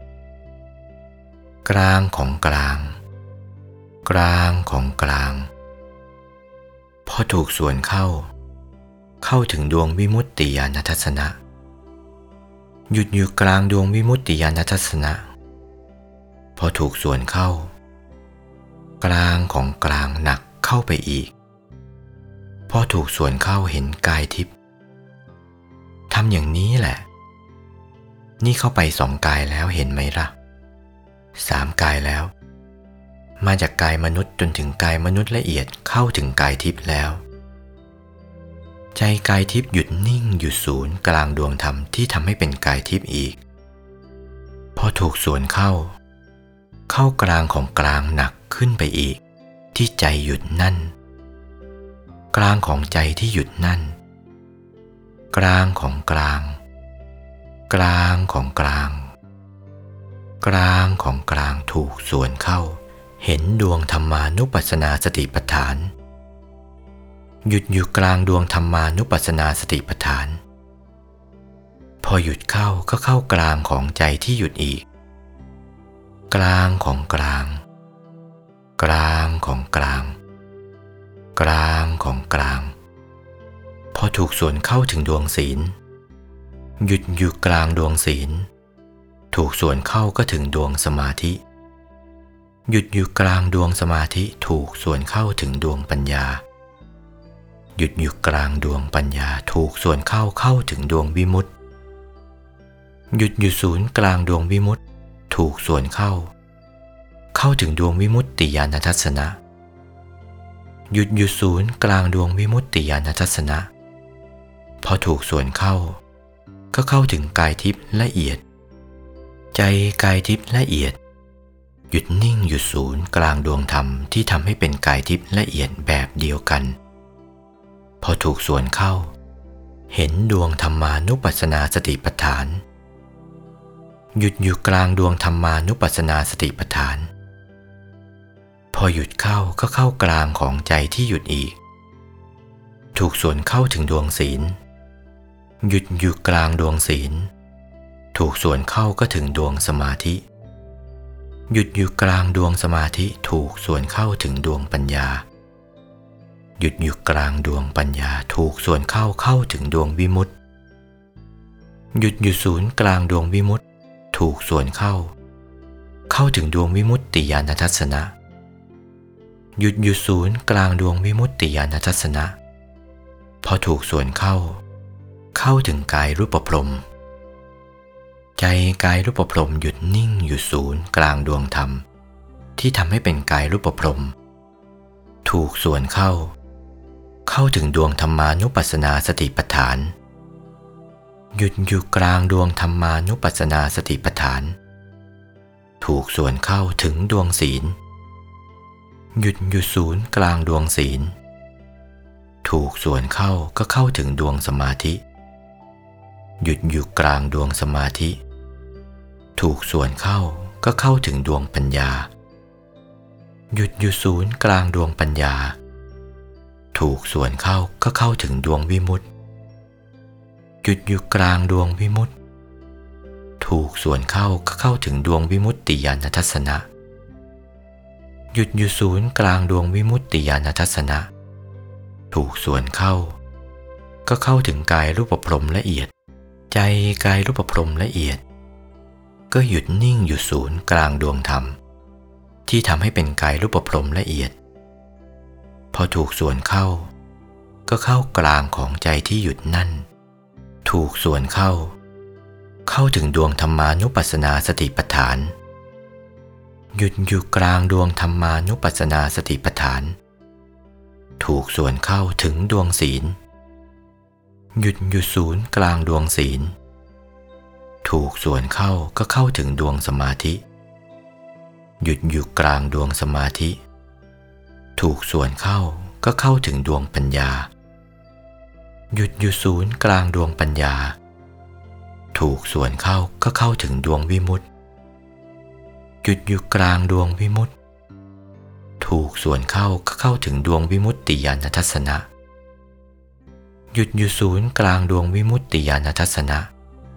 กลางของกลางกลางของกลางพอถูกส่วนเข้าเข้าถึงดวงวิมุตติญาณทัศนะหยุดอยู่กลางดวงวิมุตติญาณทัศนะพอถูกส่วนเข้ากลางของกลางหนักเข้าไปอีกพอถูกส่วนเข้าเห็นกายทิพย์ทำอย่างนี้แหละนี่เข้าไปสองกายแล้วเห็นไหมล่ะสามกายแล้วมาจากกายมนุษย์จนถึงกายมนุษย์ละเอียดเข้าถึงกายทิพย์แล้วใจกายทิพย์หยุดนิ่งอยู่ศูนย์กลางดวงธรรมที่ทำให้เป็นกายทิพย์อีกพอถูกส่วนเข้าเข้ากลางของกลางหนักขึ้นไปอีกที่ใจหยุดนั่นกลางของใจที่หยุดนั่นกลางของกลางกลางของกลางกลางของกลางถูกส่วนเข้าเห็นดวงธรรมานุปัสสนาสติปัฏฐานหยุดอยู่กลางดวงธรรมานุปัสสนาสติปัฏฐานพอหยุดเข้าก็เข้ากลางของใจที่หยุดอีกกลางของกลางกลางของกลางกลางของกลางพอถูกส่วนเข้าถึงดวงศีลหยุดอยู่กลางดวงศีลถูกส่วนเข้าก็ถึงดวงสมาธิหยุดอยู่กลางดวงสมาธิถูกส่วนเข้าถึงดวงปัญญาหยุดอยู่กลางดวงปัญญาถูกส่วนเข้าเข้าถึงดวงวิมุตติหยุดอยู่ศูนย์กลางดวงวิมุตติถูกส่วนเข้าเข้าถึงดวงวิมุตติญาณทัศนะหยุดอยู่ศูนย์กลางดวงวิมุตติญาณทัศนะพอถูกส่วนเข้าก็เข้าถึงกายทิพย์ละเอียดใจกายทิพย์ละเอียดหยุดนิ่งอยู่ศูนย์กลางดวงธรรมที่ทำให้เป็นกายทิพย์ละเอียดแบบเดียวกันพอถูกส่วนเข้าเห็นดวงธรรมานุปัสสนาสติปัฏฐานหยุดอยู่กลางดวงธรรมานุปัสสนาสติปัฏฐานพอหยุดเข้าก็เข้ากลางของใจที่หยุดอีกถูกส่วนเข้าถึงดวงศีลหยุดอยู่กลางดวงศีลถูกส่วนเข้าก็ถึงดวงสมาธิหยุดอยู่กลางดวงสมาธิถูกส่วนเข้าถึงดวงปัญญาหยุดอยู่กลางดวงปัญญาถูกส่วนเข้าเข้าถึงดวงวิมุตติหยุดอยู่ศูนย์กลางดวงวิมุตติถูกส่วนเข้าเข้าถึงดวงวิมุตติญาณทัศนะหยุดอยู่ศูนย์กลางดวงวิมุตติญาณทัศนะพอถูกส่วนเข้าเข้าถึงกายรูปพรหมใจกายรูปพรหมหยุดนิ่งอยู่ศูนย์กลางดวงธรรมที่ทำให้เป็นกายรูปพรหมถูกส่วนเข้าเข้าถึงดวงธรรมานุปัสสนาสติปัฏฐานหยุดอยู่กลางดวงธรรมานุปัสสนาสติปัฏฐานถูกส่วนเข้าถึงดวงศีลหยุดอยู่ศูนย์กลางดวงศีลถูกส่วนเข้าก็เข้าถึงดวงสมาธิหยุดอยู่กลางดวงสมาธิถูกส่วนเข้าก็เข้าถึงดวงปัญญาหยุดอยู่ศูนย์กลางดวงปัญญาถูกส่วนเข้าก็เข้าถึงดวงวิมุตติหยุดอยู่กลางดวงวิมุตติถูกส่วนเข้าก็เข้าถึงดวงวิมุตติญาณทัศนะหยุดอยู่ศูนย์กลางดวงวิมุตติญาณทัศนะถูกส่วนเข้าก็เข้าถึงกายรูปพรหมละเอียดใจกายรูปพรหมละเอียดก็หยุดนิ่งอยู่ศูนย์กลางดวงธรรมที่ทำให้เป็นกายรูปพรหมละเอียดพอถูกส่วนเข้าก็เข้ากลางของใจที่หยุดนั่นถูกส่วนเข้าเข้าถึงดวงธรรมานุปัสสนาสติปัฏฐานหยุดอยู่กลางดวงธรรมานุปัสสนาสติปัฏฐานถูกส่วนเข้าถึงดวงศีลหยุดอยู่ศูนย์กลางดวงศีลถูกส่วนเข้าก็เข้าถึงดวงสมาธิหยุดอยู่กลางดวงสมาธิถูกส่วนเข้าก็เข้าถึงดวงปัญญาหยุดอยู่ศูนย์กลางดวงปัญญาถูกส่วนเข้าก็เข้าถึงดวงวิมุตติหยุดอยู่กลางดวงวิมุตติถูกส่วนเข้าก็เข้าถึงดวงวิมุตติญาณทัศนะหยุดอยู่ศูนย์กลางดวงวิมุตติญาณทัศนะ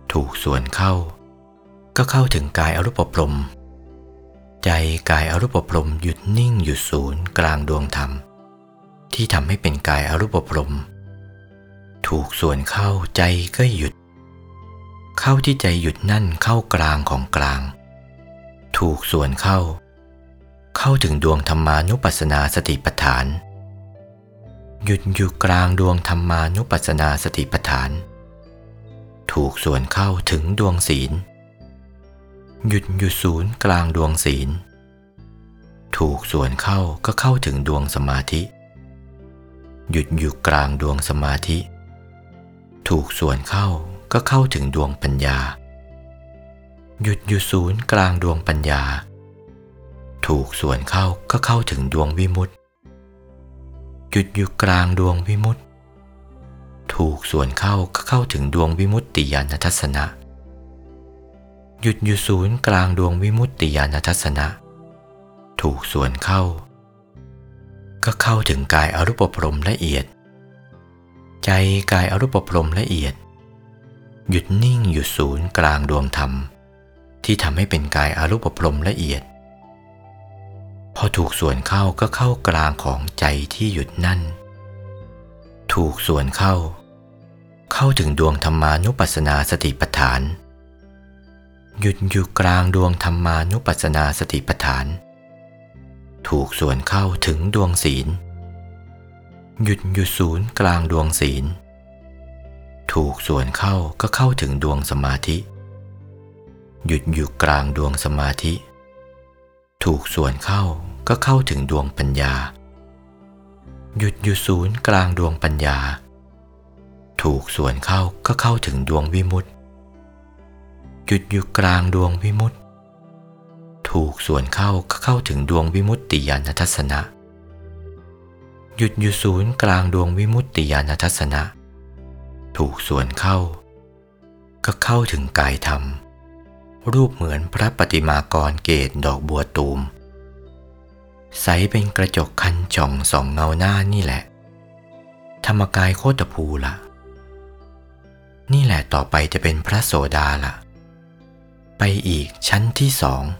ถูกส่วนเข้าก็เข้าถึงกายอรูปพรหมใจกายอรูปพรหมหยุดนิ่งอยู่ศูนย์กลางดวงธรรมที่ทำให้เป็นกายอรูปพรหมถูกส่วนเข้าใจก็หยุดเข้าที่ใจหยุดนั่นเข้ากลางของกลางถูกส่วนเข้าเข้าถึงดวงธรรมานุปัสสนาสติปัฏฐานหยุดอยู่กลางดวงธรรมานุปัสสนาสติปัฏฐานถูกส่วนเข้าถึงดวงศีลหยุดอยู่ศูนย์กลางดวงศีลถูกส่วนเข้าก็เข้าถึงดวงสมาธิหยุดอยู่กลางดวงสมาธิถูกส่วนเข้าก็เข้าถึงดวงปัญญาหยุดอยู่ศูนย์กลางดวงปัญญาถูกส่วนเข้าก็เข้าถึงดวงวิมุตติหยุดอยู่กลางดวงวิมุตติถูกส่วนเข้าก็เข้าถึงดวงวิมุตติญาณทัสสนะหยุดอยู่ศูนย์กลางดวงวิมุตติญาณทัสสนะถูกส่วนเข้าก็เข้าถึงกายอรูปพรหมละเอียดใจกายอรูปพรหมละเอียดหยุดนิ่งอยู่ศูนย์กลางดวงธรรมที่ทำให้เป็นกายอรูปพรหมละเอียดพอถูกส่วนเข้าก็เข้ากลางของใจที่หยุดนั่นถูกส่วนเข้าเข้าถึงดวงธรรมานุปัสสนาสติปัฏฐานหยุดอยู่กลางดวงธรรมานุปัสสนาสติปัฏฐานถูกส่วนเข้าถึงดวงศีลหยุดอยู่ศูนย์กลางดวงศีลถูกส่วนเข้าก็เข้าถึงดวงสมาธิหยุดอยู่กลางดวงสมาธิถูกส่วนเข้าก็เข้าถึงดวงปัญญาหยุดอยู่ศูนย์กลางดวงปัญญาถูกส่วนเข้าก็เข้าถึงดวงวิมุตติหยุดอยู่กลางดวงวิมุตติถูกส่วนเข้าก็เข้าถึงดวงวิมุตติญาณทัสสนะหยุดอยู่ศูนย์กลางดวงวิมุตติญาณทัสสนะถูกส่วนเข้าก็เข้าถึงกายธรรมรูปเหมือนพระปฏิมากรเกศดอกบัวตูมใสเป็นกระจกคันจ่องส่องเงาหน้านี่แหละธรรมกายโคตภูละนี่แหละต่อไปจะเป็นพระโสดาละไปอีกชั้นที่สอง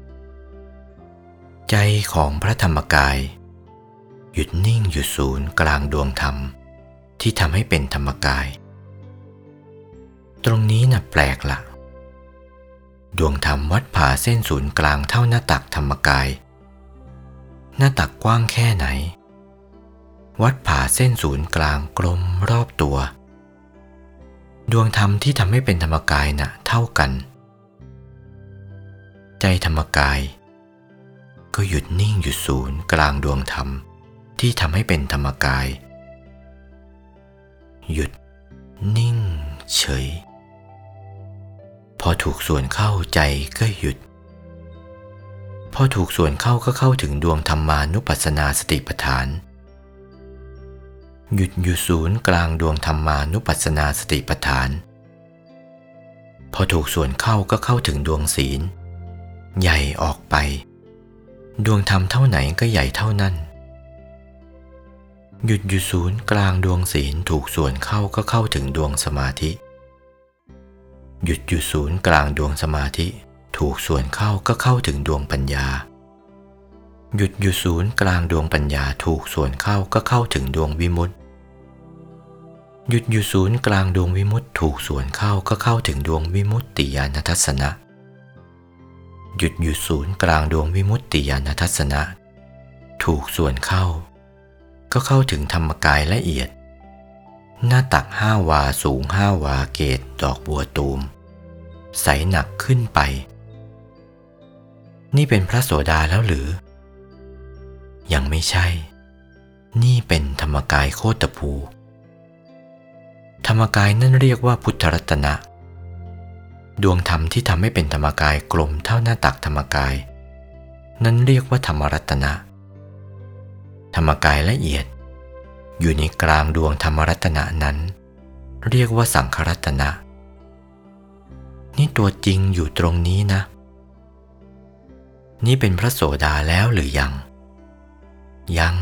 ใจของพระธรรมกายหยุดนิ่งอยู่ศูนย์กลางดวงธรรมที่ทำให้เป็นธรรมกายตรงนี้น่ะแปลกละดวงธรรมวัดผ่าเส้นศูนย์กลางเท่าหน้าตักธรรมกายหน้าตักกว้างแค่ไหนวัดผ่าเส้นศูนย์กลางกลมรอบตัวดวงธรรมที่ทำให้เป็นธรรมกายน่ะเท่ากันใจธรรมกายก็หยุดนิ่งอยู่ศูนย์กลางดวงธรรมที่ทำให้เป็นธรรมกายหยุดนิ่งเฉยพอถูกส่วนเข้าใจก็หยุดพอถูกส่วนเข้าก็เข้าถึงดวงธรรมานุปัสสนาสติปัฏฐานหยุดอยู่ศูนย์กลางดวงธรรมานุปัสสนาสติปัฏฐานพอถูกส่วนเข้าก็เข้าถึงดวงศีลใหญ่ออกไปดวงธรรมเท่าไหนก็ใหญ่เท่านั้นหยุดอยู่ศูนย์กลางดวงศีลถูกส่วนเข้าก็เข้าถึงดวงสมาธิหยุดอยู่ศูนย์กลางดวงสมาธิถูกส่วนเข้าก็เข้าถึงดวงปัญญาหยุดอยู่ศูนย์กลางดวงปัญญาถูกส่วนเข้าก็เข้าถึงดวงวิมุตติหยุดอยู่ศูนย์กลางดวงวิมุตติถูกส่วนเข้าก็เข้าถึงดวงวิมุตติญาณทัสสนะหยุดอยู่ศูนย์กลางดวงวิมุตติญาณทัสสนะถูกส่วนเข้าก็เข้าถึงธรรมกายละเอียดหน้าตักห้าวาสูงห้าวาเกศดอกบัวตูมใสหนักขึ้นไปนี่เป็นพระโสดาแล้วหรือยังไม่ใช่นี่เป็นธรรมกายโคตภูธรรมกายนั่นเรียกว่าพุทธรัตนะดวงธรรมที่ทำให้เป็นธรรมกายกลมเท่าหน้าตักธรรมกายนั้นเรียกว่าธรรมรัตนะธรรมกายละเอียดอยู่ในกลางดวงธรรมรัตนะนั้นเรียกว่าสังขรัตนะนี่ตัวจริงอยู่ตรงนี้นะนี่เป็นพระโสดาแล้วหรือยังยัง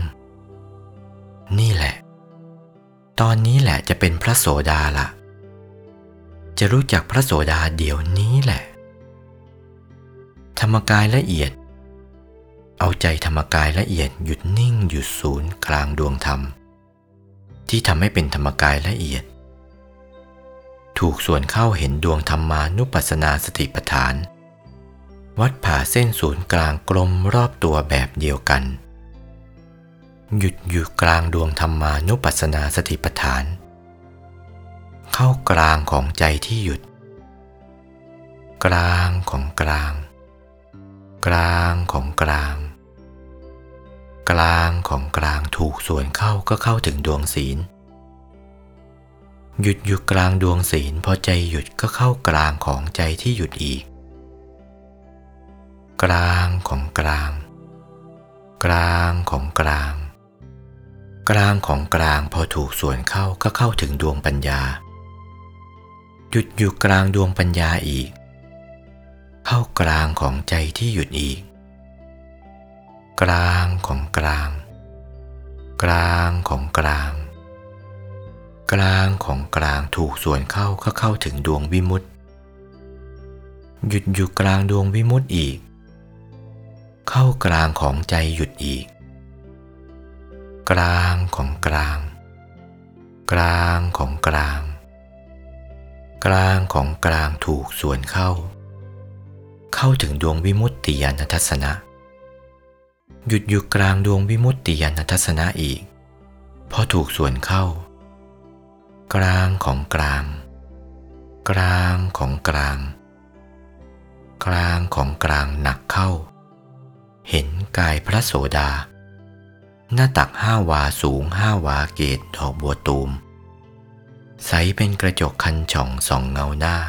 นี่แหละตอนนี้แหละจะเป็นพระโสดาละจะรู้จักพระโสดาเดี๋ยวนี้แหละธรรมกายละเอียดเอาใจธรรมกายละเอียดหยุดนิ่งอยู่ศูนย์กลางดวงธรรมที่ทำให้เป็นธรรมกายละเอียดถูกส่วนเข้าเห็นดวงธรรมานุปัสสนาสติปัฏฐานวัดผ่าเส้นศูนย์กลางกลมรอบตัวแบบเดียวกันหยุดอยู่กลางดวงธรรมานุปัสสนาสติปัฏฐานเข้ากลางของใจที่หยุดกลางของกลางกลางของกลางกลางของกลางถูกส่วนเข้าก็เข้าถึงดวงศีลหยุดอยู่กลางดวงศีลพอใจหยุดก็เข้ากลางของใจที่หยุดอีกกลางของกลางกลางของกลางกลางของกลางพอถูกส่วนเข้าก็เข้าถึงดวงปัญญาหยุดอยู่กลางดวงปัญญาอีกเข้ากลางของใจที่หยุดอีกกลางของกลางกลางของกลางกลางของกลางถูกส่วนเข้าก็เข้าถึงดวงวิมุตติหยุดอยู่กลางดวงวิมุตติอีกเข้ากลางของใจหยุดอีกกลางของกลางกลางของกลางกลางของกลางถูกส่วนเข้าเข้าถึงดวงวิมุตติญาณทัศนะหยุดอยู่กลางดวงวิมุตติญาณทัศนะอีกพอถูกส่วนเข้ากลางของกลางกลางของกลางกลางของกลางหนักเข้าเห็นกายพระโสดาหน้าตักห้าวาสูงห้าวาเกศดอกบัวตูมใสเป็นกระจกคันช่องส่องเงาหน้า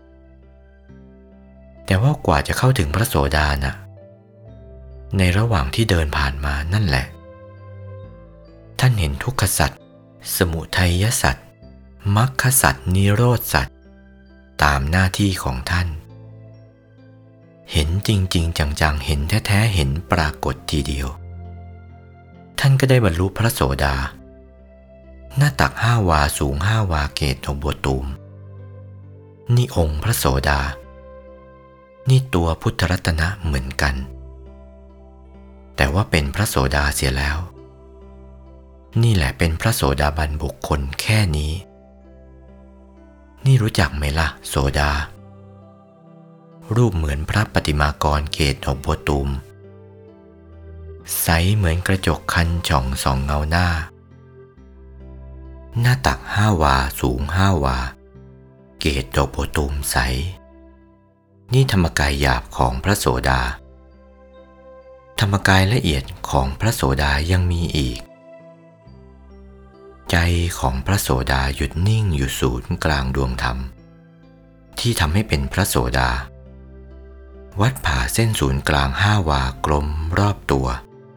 แต่ว่ากว่าจะเข้าถึงพระโสดาน่ะในระหว่างที่เดินผ่านมานั่นแหละท่านเห็นทุกขสัจสมุทัยสัจมรรคสัจนิโรธสัจตามหน้าที่ของท่านเห็นจริงๆจังๆเห็นแท้ๆเห็นปรากฏทีเดียวท่านก็ได้บรรลุพระโสดาหน้าตักห้าวาสูงห้าวาเกศดอกบัวตูมนี่องค์พระโสดานี่ตัวพุทธรัตนะเหมือนกันแต่ว่าเป็นพระโสดาเสียแล้วนี่แหละเป็นพระโสดาบันบุคคลแค่นี้นี่รู้จักไหมล่ะโสดารูปเหมือนพระปฏิมากรเกศดอกบัวตูมใสเหมือนกระจกคันช่องส่องเงาหน้าหน้าตักห้าวาสูงห้าวาเกศดอกบัวตูมใสนี่ธรรมกายหยาบของพระโสดาธรรมกายละเอียดของพระโสดายังมีอีกใจของพระโสดาหยุดนิ่งอยู่ศูนย์กลางดวงธรรมที่ทำให้เป็นพระโสดาวัดผ่าเส้นศูนย์กลางห้าวากลมรอบตัว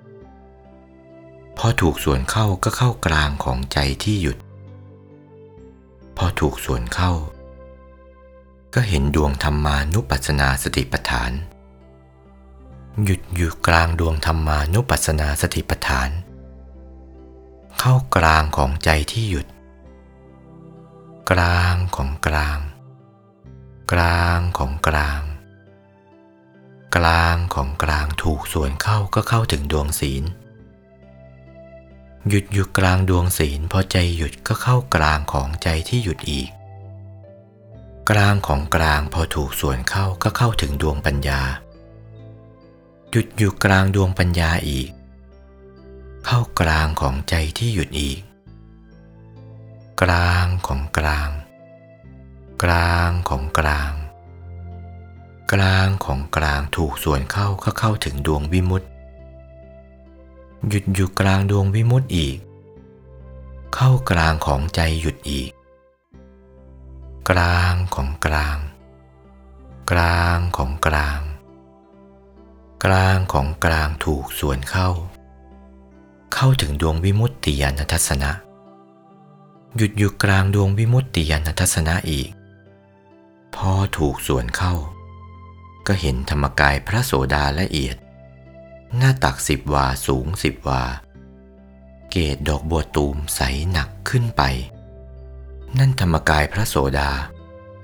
พอถูกส่วนเข้าก็เข้ากลางของใจที่หยุดพอถูกส่วนเข้าก็เห็นดวงธรรมานุปัสสนาสติปัฏฐานหยุดอยู่กลางดวงธรรมานุปัสสนาสติปัฏฐานเข้ากลางของใจที่หยุดกลางของกลางกลางของกลางกลางของกลางถูกส่วนเข้าก็เข้าถึงดวงศีลหยุดอยู่กลางดวงศีลพอใจหยุดก็เข้ากลางของใจที่หยุดอีกกลางของกลางพอถูกส่วนเข้าก็เข้าถึงดวงปัญญาหยุดอยู่กลางดวงปัญญาอีกเข้ากลางของใจที่หยุดอีกกลางของกลางกลางของกลางกลางของกลางถูกส่วนเข้าก็เข้าถึงดวงวิมุตติหยุดอยู่กลางดวงวิมุตติอีกเข้ากลางของใจหยุดอีกกลางของกลางกลางของกลางกลางของกลางถูกส่วนเข้าเข้าถึงดวงวิมุตติญาณทัศนะหยุดอยู่กลางดวงวิมุตติญาณทัศนะอีกพอถูกส่วนเข้าก็เห็นธรรมกายพระโสดาละเอียดหน้าตักสิบวาสูงสิบวาเกศดอกบัวตูมใสหนักขึ้นไปนั่นธรรมกายพระโสดา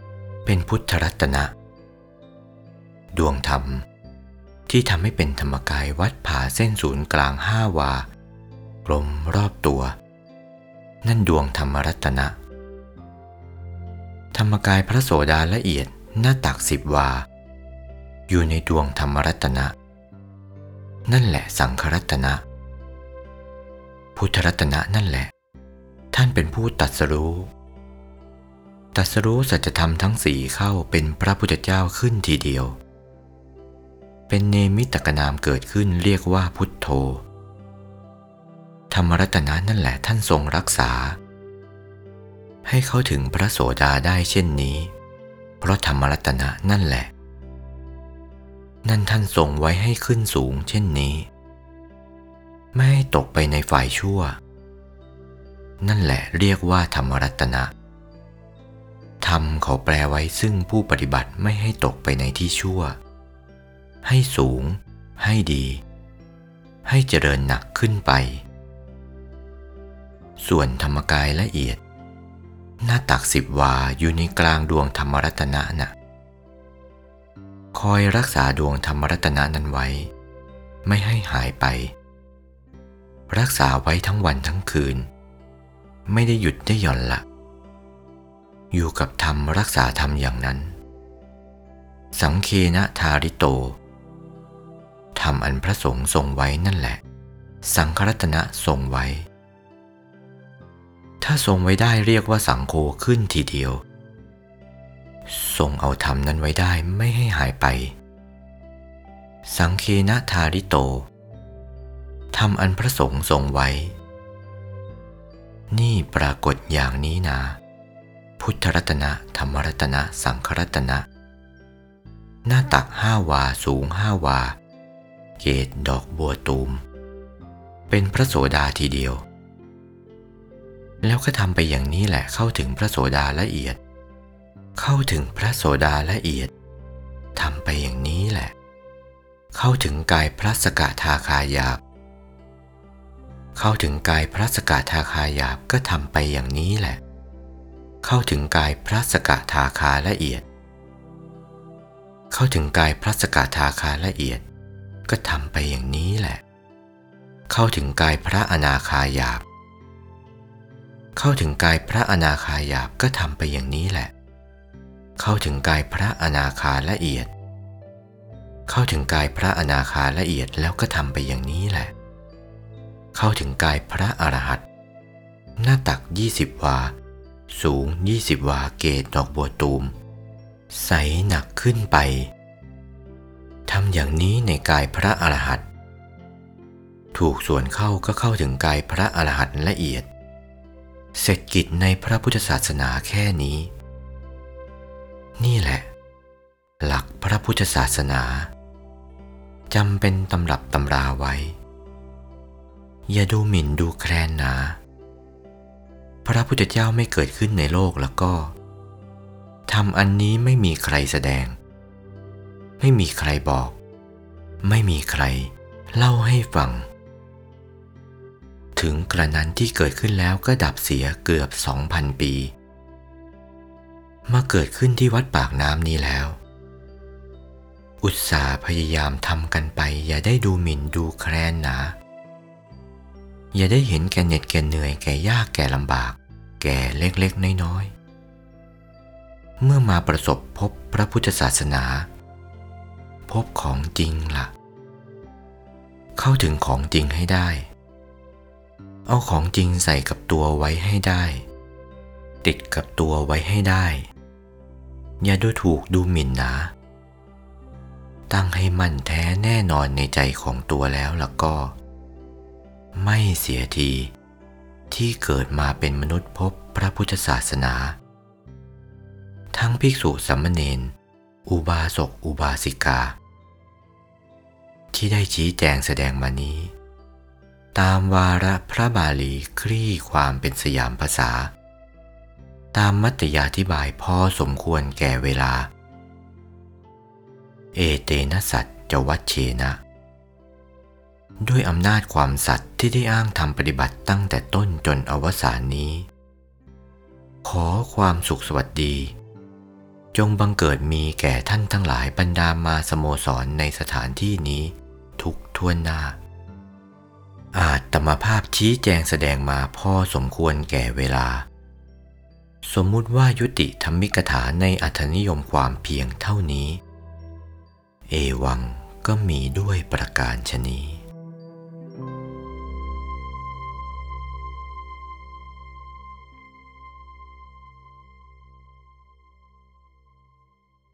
เป็นพุทธรัตนะดวงธรรมที่ทำให้เป็นธรรมกายวัดผ่าเส้นศูนย์กลางห้าวากลมรอบตัวนั่นดวงธรรมรัตนะธรรมกายพระโสดาละเอียดหน้าตักสิบวาอยู่ในดวงธรรมรัตนะนั่นแหละสังฆรัตนะพุทธรัตนะนั่นแหละท่านเป็นผู้ตรัสรู้ตรัสรู้สัจธรรมทั้งสี่เข้าเป็นพระพุทธเจ้าขึ้นทีเดียวเป็นเนมิตกนามเกิดขึ้นเรียกว่าพุทโธธรรมรัตนะนั่นแหละท่านทรงรักษาให้เข้าถึงพระโสดาได้เช่นนี้เพราะธรรมรัตนะนั่นแหละนั่นท่านทรงไว้ให้ขึ้นสูงเช่นนี้ไม่ให้ตกไปในฝ่ายชั่วนั่นแหละเรียกว่าธรรมรัตนะธรรมเขาแปลไว้ซึ่งผู้ปฏิบัติไม่ให้ตกไปในที่ชั่วให้สูงให้ดีให้เจริญหนักขึ้นไปส่วนธรรมกายละเอียดหน้าตักสิบวาอยู่ในกลางดวงธรรมรัตนะน่ะคอยรักษาดวงธรรมรัตนะนั้นไว้ไม่ให้หายไปรักษาไว้ทั้งวันทั้งคืนไม่ได้หยุดได้หย่อนละอยู่กับธรรมรักษาธรรมอย่างนั้นสังเคนะทาริโตธรรมอันพระสงฆ์ทรงไว้นั่นแหละสังฆรัตนะทรงไว้ถ้าทรงไว้ได้เรียกว่าสังโฆขึ้นทีเดียวทรงเอาธรรมนั้นไว้ได้ไม่ให้หายไปสังเคนะทาริโตธรรมอันพระสงฆ์ทรงไว้นี่ปรากฏอย่างนี้นะพุทธรัตนะธรรมรัตนะสังฆรัตนะหน้าตักห้าวาสูงห้าวาเกศดอกบัวตูมเป็นพระโสดาทีเดียวแล้วก็ทำไปอย่างนี้แหละเข้าถึงพระโสดาละเอียดเข้าถึงพระโสดาละเอียดทำไปอย่างนี้แหละเข้าถึงกายพระสกทาคาหยาบเข้าถึงกายพระสกทาคาหยาบก็ทำไปอย่างนี้แหละเข้าถึงกายพระสกทาคาละเอียดเข้าถึงกายพระสกทาคาละเอียดก็ทำไปอย่างนี้แหละเข้าถึงกายพระอนาคาหยาบเข้าถึงกายพระอนาคาหยาบก็ทำไปอย่างนี้แหละเข้าถึงกายพระอนาคาละเอียดเข้าถึงกายพระอนาคาละเอียดแล้วก็ทำไปอย่างนี้แหละเข้าถึงกายพระอรหันต์หน้าตักยี่สิบวาสูงยี่สิบวาเกศดอกบัวตูมใสหนักขึ้นไปทำอย่างนี้ในกายพระอรหันต์ถูกส่วนเข้าก็เข้าถึงกายพระอรหันต์ละเอียดเสร็จกิจในพระพุทธศาสนาแค่นี้นี่แหละหลักพระพุทธศาสนาจำเป็นตำรับตำราไว้อย่าดูหมิ่นดูแคลนนะพระพุทธเจ้าไม่เกิดขึ้นในโลกแล้วก็ธรรมอันนี้ไม่มีใครแสดงไม่มีใครบอกไม่มีใครเล่าให้ฟังถึงกระนั้นที่เกิดขึ้นแล้วก็ดับเสียเกือบสองพันปีมาเกิดขึ้นที่วัดปากน้ำนี้แล้วอุตส่าห์พยายามทำกันไปอย่าได้ดูหมิ่นดูแคลนนะอย่าได้เห็นแก่เหน็ดแก่เหนื่อยแก่ยากแก่ลำบากแก่เล็กๆน้อยๆเมื่อมาประสบพบพระพุทธศาสนาพบของจริงล่ะเข้าถึงของจริงให้ได้เอาของจริงใส่กับตัวไว้ให้ได้ติดกับตัวไว้ให้ได้อย่าดูถูกดูหมิ่นนะตั้งให้มั่นแท้แน่นอนในใจของตัวแล้วล่ะก็ไม่เสียทีที่เกิดมาเป็นมนุษย์พบพระพุทธศาสนาทั้งภิกษุสามเณรอุบาสกอุบาสิกาที่ได้ชี้แจงแสดงมานี้ตามวาระพระบาลีคลี่ความเป็นสยามภาษาตามมัตตยาธิบายพอสมควรแก่เวลาเอเตนะสัจจวัชเชนะด้วยอำนาจความสัตย์ที่ได้อ้างทำปฏิบัติตั้งแต่ต้นจนอวสานนี้ขอความสุขสวัสดีจงบังเกิดมีแก่ท่านทั้งหลายบรรดามาสโมสรในสถานที่นี้ทุกทั่วหน้าอาตมาภาพชี้แจงแสดงมาพอสมควรแก่เวลาสมมุติว่ายุติธรรมิกถาในอรรถนิยมความเพียงเท่านี้เอวังก็มีด้วยประการฉะนี้